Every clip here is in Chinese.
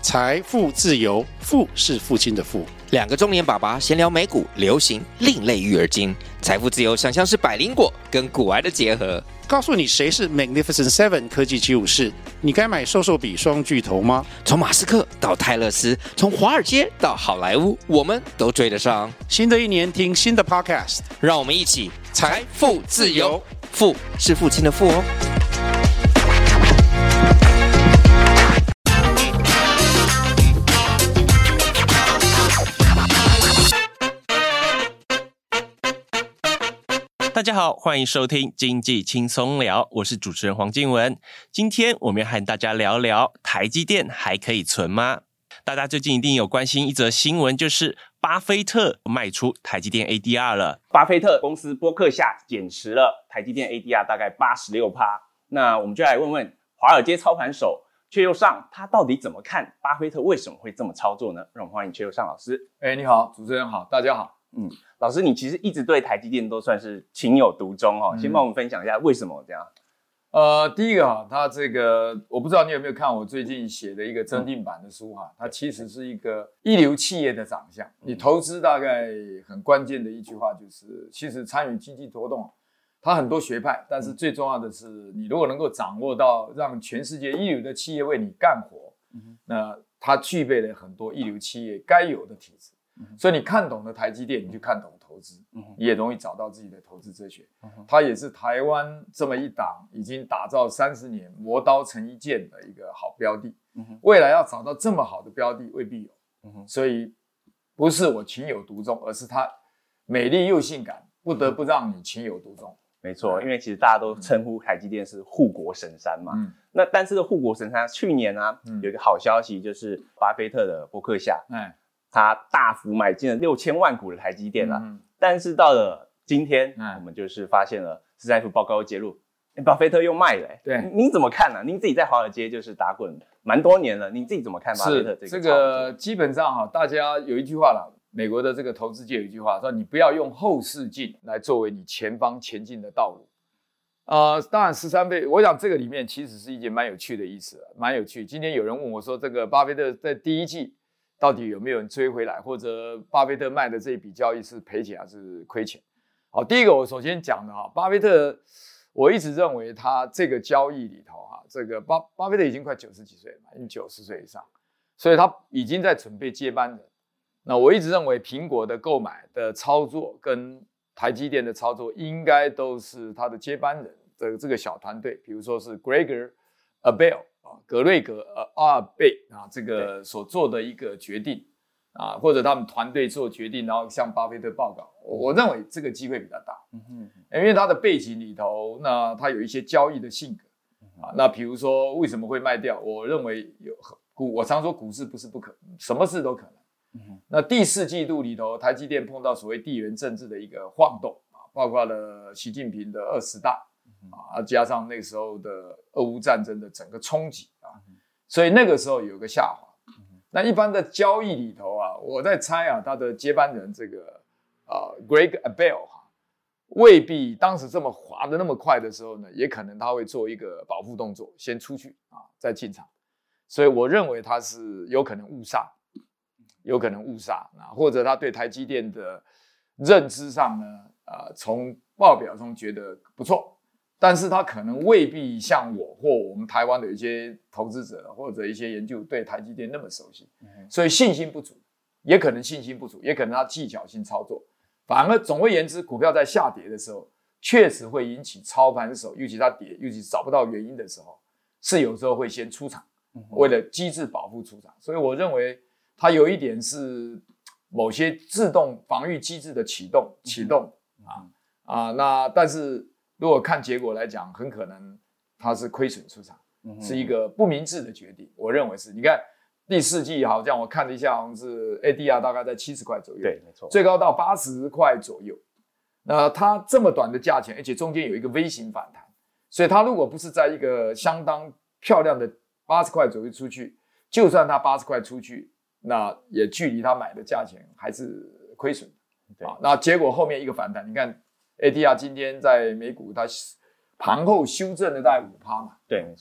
财富自由，富是父亲的富。 两个中年爸爸闲聊美股、流行、另类育儿经。财富自由想象是百灵果跟股癌的结合。 告诉你谁是 Magnificent Seven 科技75士，你该买瘦瘦比双巨头吗？ 从马斯克到泰勒斯，从华尔街到好莱坞，我们都追得上。 新的一年听新的 Podcast， 让我们一起财富自由， 富是父亲的富哦。 大家好，欢迎收听经济轻松聊，我是主持人黄靖文。今天我们要和大家聊聊台积电还可以存吗？大家最近一定有关心一则新闻，就是巴菲特卖出台积电 ADR 了。 巴菲特公司波克夏减持了台积电 ADR 大概 86%。那我们就来问问华尔街操盘手阙佑尚，他到底怎么看巴菲特为什么会这么操作呢？让我们欢迎阙佑尚老师。 你好，主持人好，大家好。 老师，你其实一直对台积电都算是情有独钟哦，先帮我们分享一下为什么这样。 第一个他这个我不知道你有没有看我最近写的一个增订版的书它其实是一个一流企业的长相。你投资大概很关键的一句话就是，其实参与经济活动，它很多学派，但是最重要的是，你如果能够掌握到让全世界一流的企业为你干活，那它具备了很多一流企业该有的体质。所以你看懂了台积电，你就看懂投资，你也容易找到自己的投资哲学。它也是台湾这么一档已经打造30年磨刀成一剑的一个好标的。未来要找到这么好的标的未必有，所以不是我情有独钟，而是它美丽又性感，不得不让你情有独钟。 没错，因为其实大家都称呼台积电是护国神山嘛。那但是护国神山去年有一个好消息，就是巴菲特的波克夏，他大幅买进了6000万股的台积电了。但是到了今天，我们就是发现了市政府报告揭露，巴菲特又卖了。 对， 您怎么看呢？您自己在华尔街就是打滚蛮多年了，您自己怎么看巴菲特这个基本上大家有一句话啦，美国的这个投资界有一句话说，你不要用后视镜来作为你前方前进的道路。当然13倍，我想这个里面其实是一件蛮有趣的意思，蛮有趣。今天有人问我说，这个巴菲特在第一季到底有没有人追回来，或者巴菲特卖的这一笔交易是赔钱还是亏钱？好，第一个我首先讲的巴菲特，我一直认为他这个交易里头这个巴菲特已经快90几岁了嘛，已经90岁以上，所以他已经在准备接班人。那我一直认为苹果的购买的操作跟台积电的操作应该都是他的接班人的这个小团队，比如说是 Gregor Abel。格瑞格阿尔贝这个所做的一个决定或者他们团队做决定，然后向巴菲特报告，我认为这个机会比较大。因为他的背景里头，那他有一些交易的性格那比如说为什么会卖掉？我认为我常说股市不是不可能，什么事都可能。那第4季度里头，台积电碰到所谓地缘政治的一个晃动包括了习近平的20大。加上那个时候的俄乌战争的整个冲击所以那个时候有个下滑。那一般的交易里头我在猜他的接班人这个Greg Abel 未必当时这么滑的那么快的时候呢，也可能他会做一个保护动作，先出去再进场。所以我认为他是有可能误杀，或者他对台积电的认知上呢，从报表中觉得不错。但是他可能未必像我或我们台湾的一些投资者或者一些研究对台积电那么熟悉，所以信心不足，也可能他技巧性操作。反而总而言之，股票在下跌的时候，确实会引起操盘手，尤其他跌，尤其找不到原因的时候，是有时候会先出场，为了机制保护出场。所以我认为他有一点是某些自动防御机制的启动那但是如果看结果来讲，很可能他是亏损出场，是一个不明智的决定。我认为是。你看第4季好像我看了一下，好像是 ADR 大概在70块左右， 对，没错， 最高到80块左右。那它这么短的价钱，而且中间有一个 V 型反弹，所以它如果不是在一个相当漂亮的80块左右出去，就算它80块出去，那也距离它买的价钱还是亏损。那结果后面一个反弹，你看。ADR 今天在美股它盘后修正了大概 5% 嘛， 对，没错。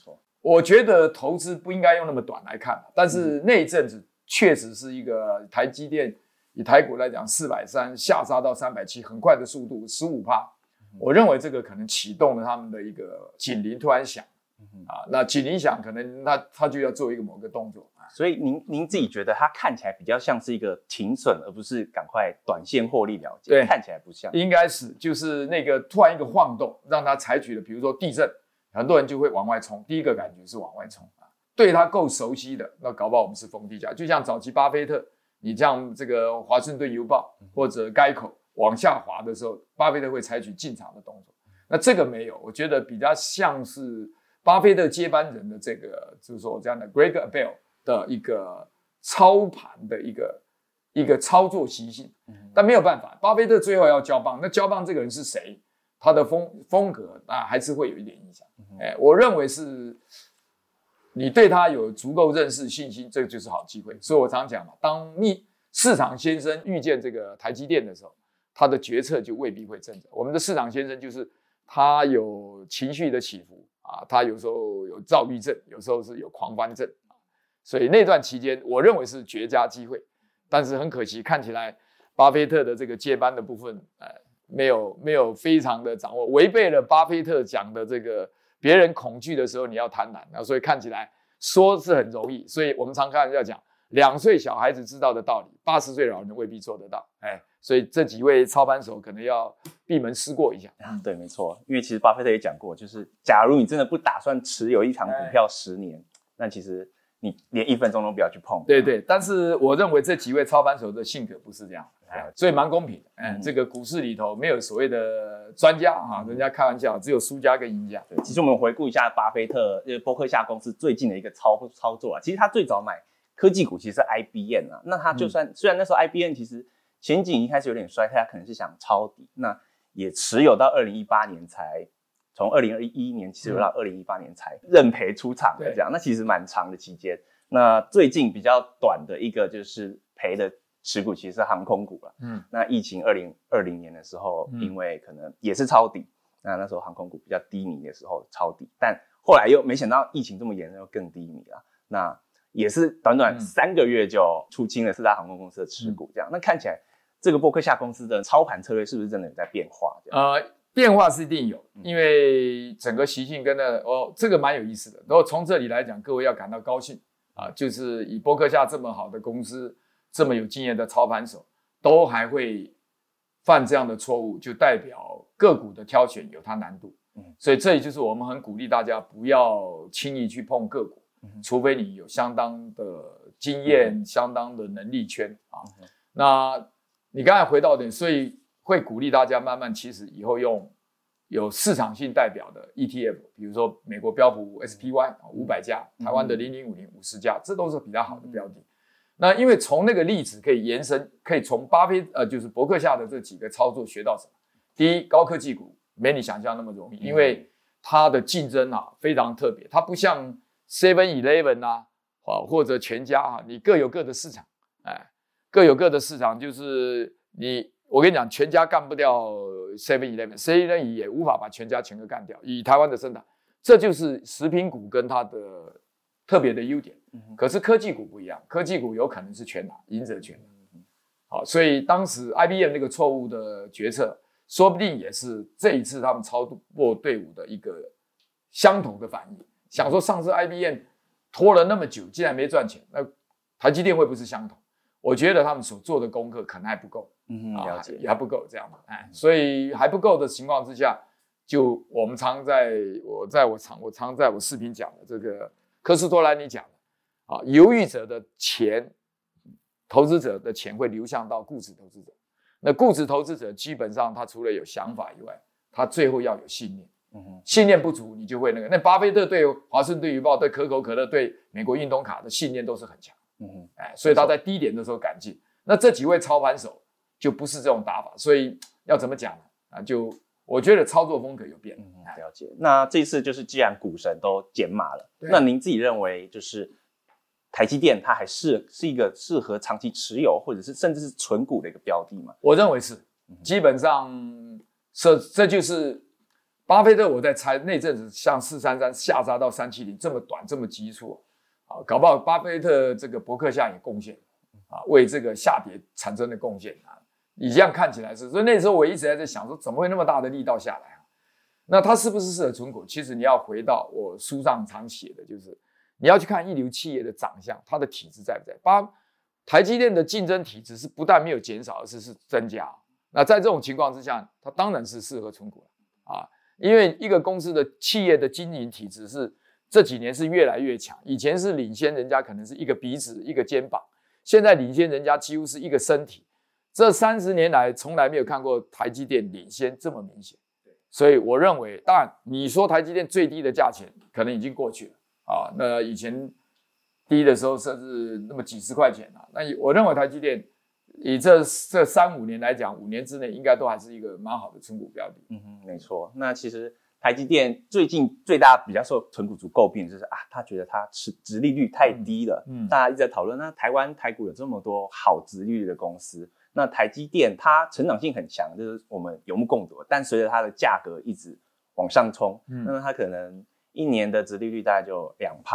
我觉得投资不应该用那么短来看，但是那一阵子确实是一个台积电以台股来讲430下杀到370，很快的速度15%，我认为这个可能启动了他们的一个警铃突然响。那警铃响，可能他就要做一个某个动作。 所以您自己觉得它看起来比较像是一个停损，而不是赶快短线获利了结？ 对， 看起来不像。 应该是就是那个突然一个晃动，让他采取了，比如说地震，很多人就会往外冲。第一个感觉是往外冲对他够熟悉的，那搞不好我们是逢低价。就像早期巴菲特，你像这个华盛顿邮报或者该口往下滑的时候，巴菲特会采取进场的动作。那这个没有，我觉得比较像是巴菲特接班人的这个，就是说这样的 Greg Abel 的一个操盘的一个操作习性。但没有办法，巴菲特最后要交棒，那交棒这个人是谁？他的风格还是会有一点影响。我认为是你对他有足够认识信心，这个就是好机会。所以我常讲嘛，当市场先生遇见这个台积电的时候，他的决策就未必会正确。我们的市场先生就是他有情绪的起伏他有时候有躁郁症，有时候是有狂欢症所以那段期间我认为是绝佳机会。但是很可惜，看起来巴菲特的这个接班的部分没有非常的掌握，违背了巴菲特讲的这个别人恐惧的时候你要贪婪所以看起来说是很容易。所以我们常开玩笑讲，2岁小孩子知道的道理，80岁老人未必做得到。所以这几位操盘手可能要闭门思过一下。 对，没错，因为其实巴菲特也讲过，就是假如你真的不打算持有一档股票10年，那其实你连1分钟都不要去碰。 对，但是我认为这几位操盘手的性格不是这样，所以蛮公平的。这个股市里头没有所谓的专家人家开玩笑，只有输家跟赢家。 对，其实我们回顾一下巴菲特波克夏公司最近的一个操作其实他最早买科技股其实是 IBM 那他就算虽然那时候 IBM 其实前景一开始有点衰退，他可能是想抄底，那也持有到2018年才从2021年持有到2018年才认赔出场的这样，那其实蛮长的期间。那最近比较短的一个就是赔的持股其实是航空股了。那疫情2020年的时候，因为可能也是抄底，那时候航空股比较低迷的时候抄底，但后来又没想到疫情这么严重，又更低迷了。那也是短短3个月就出清了4大航空公司的持股，这样。那看起来这个波克夏公司的操盘策略是不是真的有在变化？ 变化是一定有，因为整个习性跟这个蛮有意思的。然后从这里来讲，各位要感到高兴就是以波克夏这么好的公司，这么有经验的操盘手，都还会犯这样的错误，就代表个股的挑选有它难度。所以这也就是我们很鼓励大家不要轻易去碰个股，除非你有相当的经验、相当的能力圈那你刚才回到点，所以会鼓励大家慢慢，其实以后用有市场性代表的 ETF， 比如说美国标普SPY 500家，台湾的0050 50家，这都是比较好的标的。那因为从那个例子可以延伸，可以从就是伯克夏的这几个操作学到什么？第一，高科技股没你想象那么容易，因为它的竞争非常特别，它不像 7-Eleven 或者全家你各有各的市场，各有各的市场，就是我跟你讲，全家干不掉 7-Eleven，7-Eleven 也无法把全家全个干掉。以台湾的生态，这就是食品股跟它的特别的优点。可是科技股不一样，科技股有可能是全拿，赢者全拿。好，所以当时 IBM 那个错误的决策，说不定也是这一次他们操作队伍的一个相同的反应。想说上次 IBM 拖了那么久，竟然没赚钱，那台积电会不会是相同？我觉得他们所做的功课可能还不够。 了解， 也还不够这样嘛，所以还不够的情况之下，就我们常在我视频讲的这个科斯托兰尼讲的犹豫者的钱，投资者的钱会流向到固执投资者。那固执投资者基本上他除了有想法以外，他最后要有信念。信念不足，你就会那个。那巴菲特对华盛顿邮报、对可口可乐、对美国运动卡的信念都是很强。所以他在低点的时候赶进。那这几位操盘手就不是这种打法，所以要怎么讲呢？就我觉得操作风格有变。 了解。那这次就是既然股神都减码了，那您自己认为就是台积电它还是一个适合长期持有，或者是甚至是存股的一个标的吗？ 我认为是，基本上这就是巴菲特我在猜那阵子像433下杀到370这么短这么急促啊，搞不好巴菲特这个伯克夏也贡献啊，为这个下跌产生的贡献啊。你这样看起来是，所以那时候我一直在想说，怎么会那么大的力道下来啊？那它是不是适合存股？其实你要回到我书上常写的，就是你要去看一流企业的长相，它的体质在不在。台积电的竞争体质是不但没有减少，而是增加。那在这种情况之下，它当然是适合存股啊，因为一个公司的企业的经营体质是这几年是越来越强，以前是领先人家可能是一个鼻子一个肩膀，现在领先人家几乎是一个身体。这30年来从来没有看过台积电领先这么明显，所以我认为，当然你说台积电最低的价钱可能已经过去了啊，那以前低的时候甚至那么几十块钱啊，那我认为台积电以这3-5年来讲，5年之内应该都还是一个蛮好的存股标的。 没错。那其实台积电最近最大比较受存股族诟病就是他觉得它殖利率太低了，大家一直在讨论，那台股有这么多好殖利率的公司。那台积电它成长性很强，就是我们有目共睹，但随着它的价格一直往上冲，那它可能一年的殖利率大概就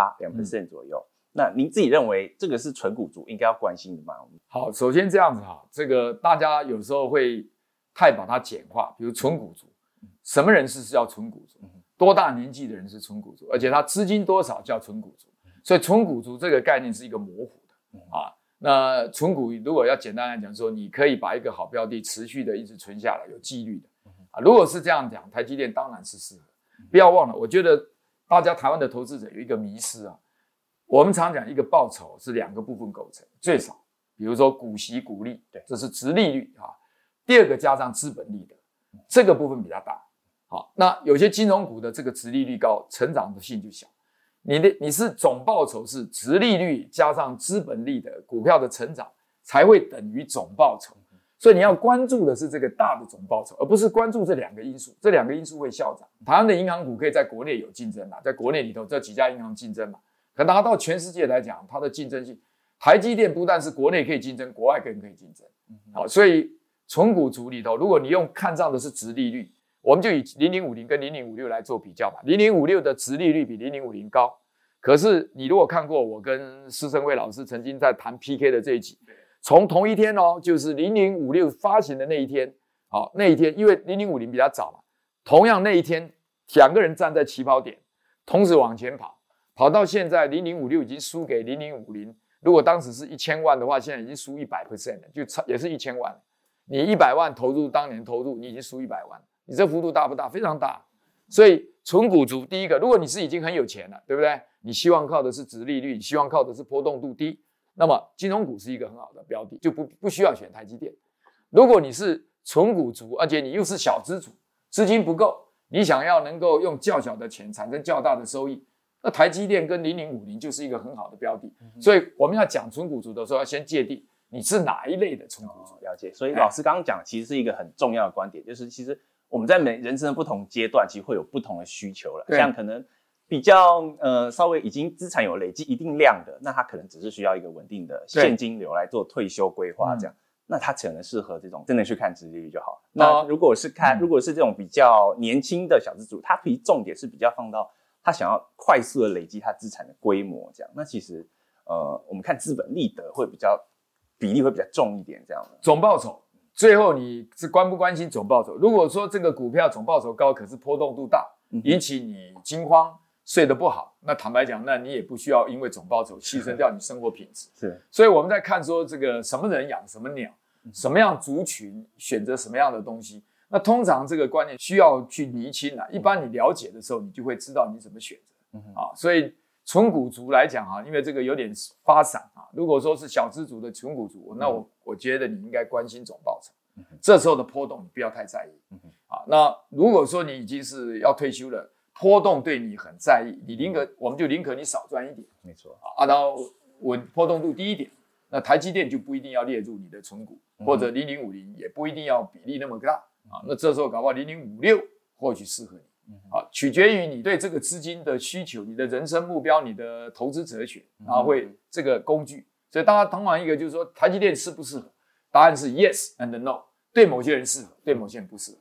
2% 左右。那您自己认为这个是存股族应该要关心的吗？ 好，首先这样子哈，这个大家有时候会太把它简化，比如存股族，什么人是叫存股族？多大年纪的人是存股族？而且他资金多少叫存股族？所以存股族这个概念是一个模糊的啊。那存股如果要简单来讲说，你可以把一个好标的持续的一直存下来，有纪律的啊。如果是这样讲，台积电当然是适合。不要忘了，我觉得大家台湾的投资者有一个迷思啊。我们常讲一个报酬是2个部分构成，最少，比如说股息股利，这是殖利率啊。第二个加上资本利得，这个部分比较大。好，那有些金融股的这个殖利率高，成长的性就小。你是总报酬是殖利率加上资本利得，股票的成长才会等于总报酬，所以你要关注的是这个大的总报酬，而不是关注这2个因素。这2个因素会消长。台湾的银行股可以在国内有竞争嘛，在国内里头这几家银行竞争嘛，可拿到全世界来讲，它的竞争性，台积电不但是国内可以竞争，国外更可以竞争。好，所以存股族里头，如果你看上的是殖利率，我们就以0050跟0056来做比较吧。0056的殖利率比0050高，可是你如果看过我跟施昇輝老师曾经在谈 PK 的这一集，从同一天就是0056发行的那一天，好，那一天因为0050比较早嘛，同样那一天2个人站在起跑点，同时往前跑到现在0056已经输给0050，如果当时是1000万的话，现在已经输100% 了，就也是1000万。你100万投入，当年投入你已经输100万，你这幅度大不大？非常大。所以存股族第一个，如果你是已经很有钱了，对不对？你希望靠的是殖利率，你希望靠的是波动度低，那么金融股是一个很好的标的，就不需要选台积电。如果你是存股族，而且你又是小资族，资金不够，你想要能够用较小的钱产生较大的收益，那台积电跟0050就是一个很好的标的。所以我们要讲存股族的时候，要先界定你是哪一类的存股族。 了解。所以老师刚刚讲，其实是一个很重要的观点，就是其实我们在人生的不同阶段，其实会有不同的需求了。像可能比较稍微已经资产有累积一定量的，那他可能只是需要一个稳定的现金流来做退休规划这样。那他可能适合这种真的去看殖利率就好。那如果是这种比较年轻的小资族，他其实重点是比较放到他想要快速的累积他资产的规模这样。那其实我们看资本利得会比例会比较重一点这样的。 总报酬，最后你是关不关心总报酬？如果说这个股票总报酬高，可是波动度大，引起你惊慌，睡得不好，那坦白讲，那你也不需要因为总报酬牺牲掉你生活品质。 是， 所以我们在看说这个什么人养什么鸟，什么样族群选择什么样的东西，那通常这个观念需要去厘清啊。一般你了解的时候，你就会知道你怎么选择所以存股族来讲因为这个有点发散如果说是小资族的存股族，那我觉得你应该关心总报酬。这时候的波动你不要太在意那如果说你已经是要退休了，波动对你很在意，我们就宁可你少赚一点， 没错然后波动度低一点。那台积电就不一定要列入你的存股，或者0050也不一定要比例那么大那这时候搞不好0056或许适合你取决于你对这个资金的需求，你的人生目标，你的投资哲学，然后会这个工具。所以当然一个就是说台积电适不适合，答案是 yes and no， 对某些人适合，对某些人不适合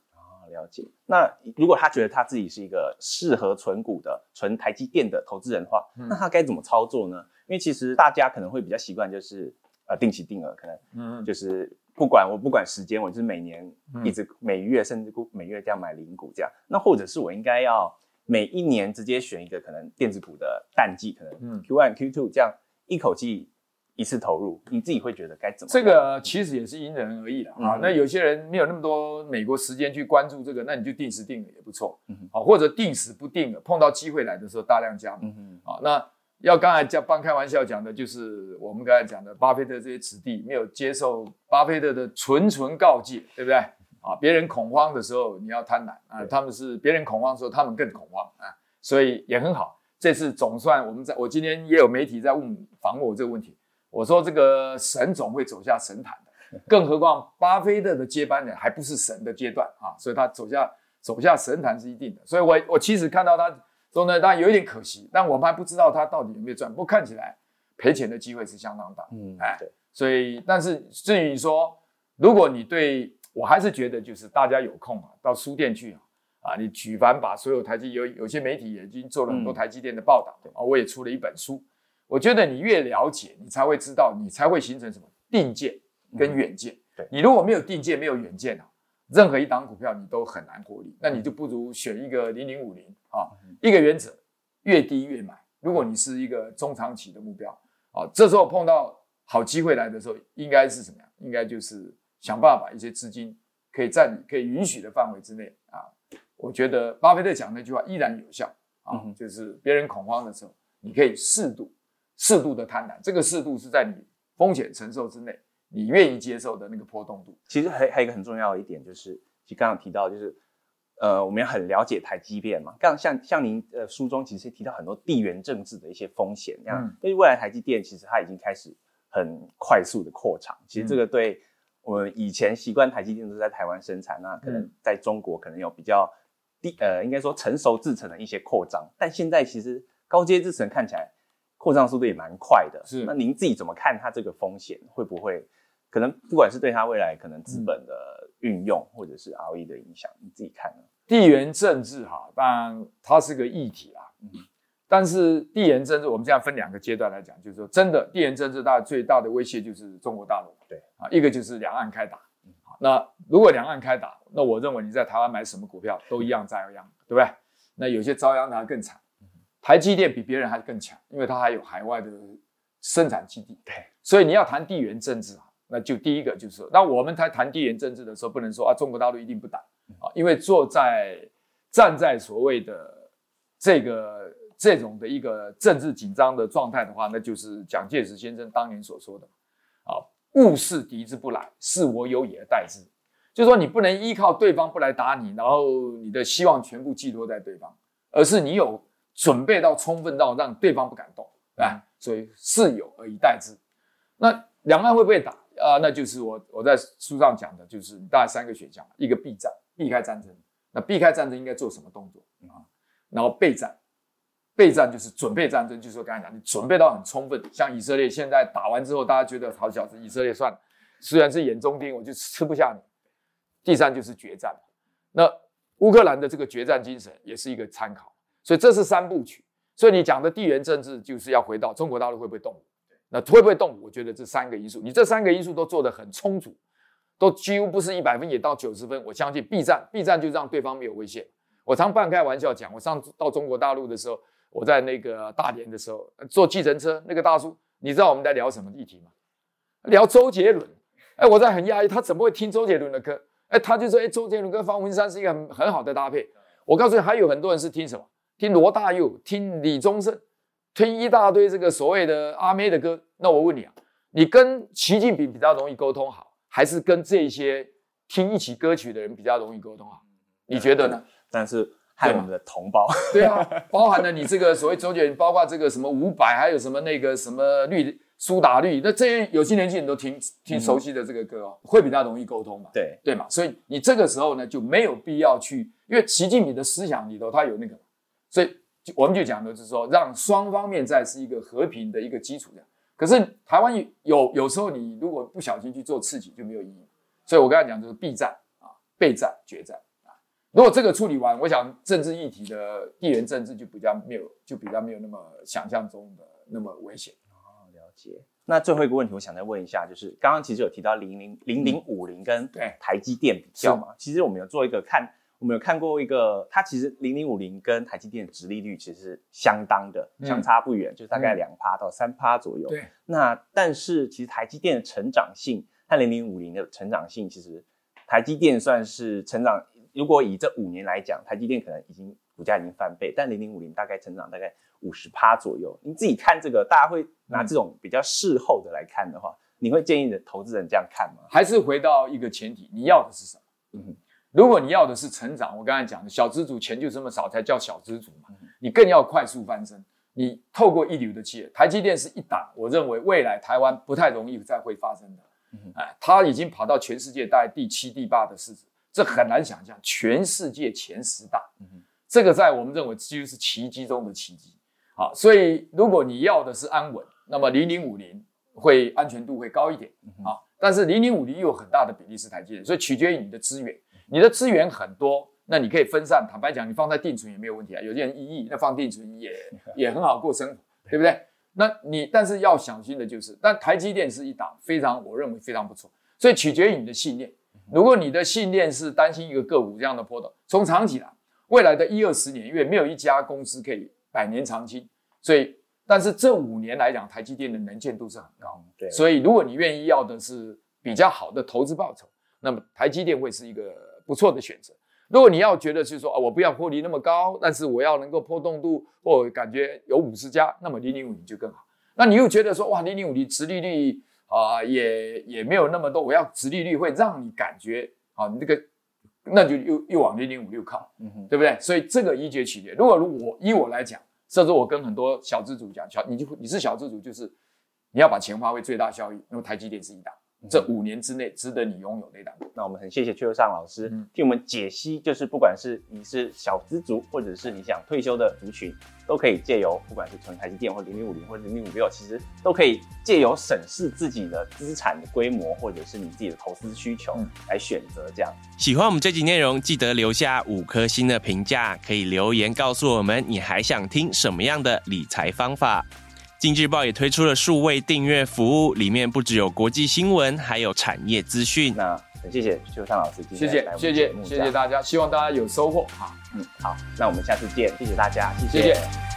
了解。那如果他觉得他自己是一个适合存股的、纯台积电的投资人的话，那他该怎么操作呢？因为其实大家可能会比较习惯就是定期定额，可能就是不管时间，我就是每年一直每月甚至每月这样买零股这样。那或者是我应该要每一年直接选一个可能电子股的淡季，可能Q1、Q2 这样一口气一次投入，你自己会觉得该怎么？ 这个其实也是因人而异啦。那有些人没有那么多美国时间去关注这个，那你就定时定额也不错。或者定时不定额，碰到机会来的时候大量加码。那要刚才半开玩笑讲的，就是我们刚才讲的，巴菲特这些子弟没有接受巴菲特的纯告诫，对不对？别人恐慌的时候你要贪婪他们是别人恐慌的时候他们更恐慌所以也很好。这次总算我今天也有媒体在访问我这个问题。我说这个神总会走下神坛的，更何况巴菲特的接班人还不是神的阶段所以他走下神坛是一定的。所以我其实看到他说呢，当然有一点可惜，但我们还不知道他到底有没有赚。不过看起来赔钱的机会是相当大。对。所以，但是至于说，如果你对我还是觉得就是大家有空到书店去你举凡把所有台积有些媒体也已经做了很多台积电的报道我也出了一本书。我觉得你越了解，你才会知道，你才会形成什么定见跟远见。你如果没有定见，没有远见任何一档股票你都很难获利。那你就不如选一个0050一个原则，越低越买。如果你是一个中长期的目标这时候碰到好机会来的时候，应该是什么样？应该就是想办法把一些资金可以允许的范围之内我觉得巴菲特讲那句话依然有效就是别人恐慌的时候，你可以适度的贪婪，这个适度是在你风险承受之内，你愿意接受的那个波动度。 其实还有一个很重要的一点就是，其实刚刚提到就是我们要很了解台积电嘛。刚像您书中其实提到很多地缘政治的一些风险，因为未来台积电其实它已经开始很快速的扩厂。其实这个对我们以前习惯台积电都是在台湾生产可能在中国可能有比较应该说成熟制程的一些扩张，但现在其实高阶制程看起来扩张速度也蛮快的。是。那您自己怎么看它这个风险？会不会可能不管是对它未来可能资本的运用，或者是 ROE 的影响，你自己看呢？ 地缘政治当然它是个议题啦。但是地缘政治我们现在分2个阶段来讲，就是说真的地缘政治最大的威胁就是中国大陆。对一个就是两岸开打。那如果两岸开打，那我认为你在台湾买什么股票都一样遭殃，对不对？那有些遭殃的还更惨。台积电比别人还更强，因为它还有海外的生产基地。对，所以你要谈地缘政治那就第一个就是说，那我们在谈地缘政治的时候，不能说中国大陆一定不打因为站在所谓的这种的一个政治紧张的状态的话，那就是蒋介石先生当年所说的勿视敌之不来，视我有以而待之。就是说你不能依靠对方不来打你，然后你的希望全部寄托在对方，而是你有准备到充分到让对方不敢动所以视有而以待之。那两岸会不会打那就是我在书上讲的，就是大概3个选项，一个避战，避开战争。那避开战争应该做什么动作然后备战就是准备战争，就是我刚才讲，你准备到很充分。像以色列现在打完之后，大家觉得好小子，以色列算了，虽然是眼中钉，我就吃不下你。第3就是决战。那乌克兰的这个决战精神也是一个参考，所以这是3部曲。所以你讲的地缘政治就是要回到中国大陆会不会动武，那会不会动武？我觉得这3个因素，你这3个因素都做得很充足，都几乎不是100分也到90分。我相信避战就让对方没有威胁。我常半开玩笑讲，我上次到中国大陆的时候，我在那个大连的时候坐计程车，那个大叔，你知道我们在聊什么议题吗？聊周杰伦。我在很讶异，他怎么会听周杰伦的歌？他就说，周杰伦跟方文山是一个很好的搭配。我告诉你，还有很多人是听什么？听罗大佑，听李宗盛，听一大堆这个所谓的阿妹的歌。那我问你你跟习近平比较容易沟通好，还是跟这些听一起歌曲的人比较容易沟通好？你觉得呢？ 但是和我们的同胞， 对包含了你这个所谓周杰伦，包括这个什么伍佰，还有什么那个什么苏打绿，那这些有些年轻人都听熟悉的这个歌会比较容易沟通嘛？对嘛？所以你这个时候呢就没有必要去，因为习近平的思想里头他有那个，所以我们就讲的就是说，让双方面在是一个和平的一个基础的。可是台湾有时候你如果不小心去做刺激就没有意义，所以我刚才讲就是避战备战决战如果这个处理完，我想政治议题的地缘政治就比较没有那么想象中的那么危险。 了解。那最后一个问题，我想再问一下，就是刚刚其实有提到0050跟台积电比较嘛？其实我们有做一个我们有看过一个，它其实0050跟台积电的殖利率其实是相当的，相差不远，就是大概2%到3%左右。 对。 那但是其实台积电的成长性和0050的成长性，其实台积电算是成长，如果以这5年来讲，台积电可能股价已经翻倍，但0050大概成长大概50%左右。你自己看这个，大家会拿这种比较事后的来看的话，你会建议的投资人这样看吗？ 还是回到一个前提，你要的是什么？如果你要的是成长，我刚才讲的小资族钱就这么少才叫小资族嘛，你更要快速翻身。你透过一流的企业，台积电是一档，我认为未来台湾不太容易再会发生的。它已经跑到全世界大概第7、第8的市值，这很难想象，全世界前10大，这个在我们认为几乎是奇迹中的奇迹。好，所以如果你要的是安稳，那么0050会安全度会高一点。但是0050又有很大的比例是台积电，所以取决于你的资源。你的资源很多，那你可以分散。坦白讲，你放在定存也没有问题啊。有些人1亿，那放定存也很好过生活，对不对？但是要小心的就是，但台积电是一档我认为非常不错，所以取决于你的信念。如果你的信念是担心一个个股这样的波动，从长期来，未来的10-20年，因为没有一家公司可以100年长青，所以但是这5年来讲，台积电的能见度是很高。对，所以如果你愿意要的是比较好的投资报酬，那么台积电会是一个不错的选择。如果你要觉得就是说我不要获利那么高，但是我要能够波动度或感觉有50家，那么0050就更好。那你又觉得说哇，0050殖利率也没有那么多，我要殖利率会让你感觉你这个那就又往0056靠，对不对？所以这个依据取决。如果以我来讲，这是我跟很多小资主讲，你是小资主，就是你要把钱发挥最大效益，那么台积电是一档。这5年之内值得你拥有那档。 那我们很谢谢阙佑尚老师替我们解析，就是不管是你是小资族，或者是你想退休的族群，都可以借由不管是存台积电或0050或者0056，其实都可以借由审视自己的资产的规模，或者是你自己的投资需求来选择这样。 喜欢我们这集内容，记得留下5颗星的评价，可以留言告诉我们你还想听什么样的理财方法。经济日报也推出了数位订阅服务，里面不只有国际新闻，还有产业资讯。 那很谢谢阙佑尚老师今天来我们节目， 谢谢大家，希望大家有收获。 好，那我们下次见，谢谢大家，谢谢。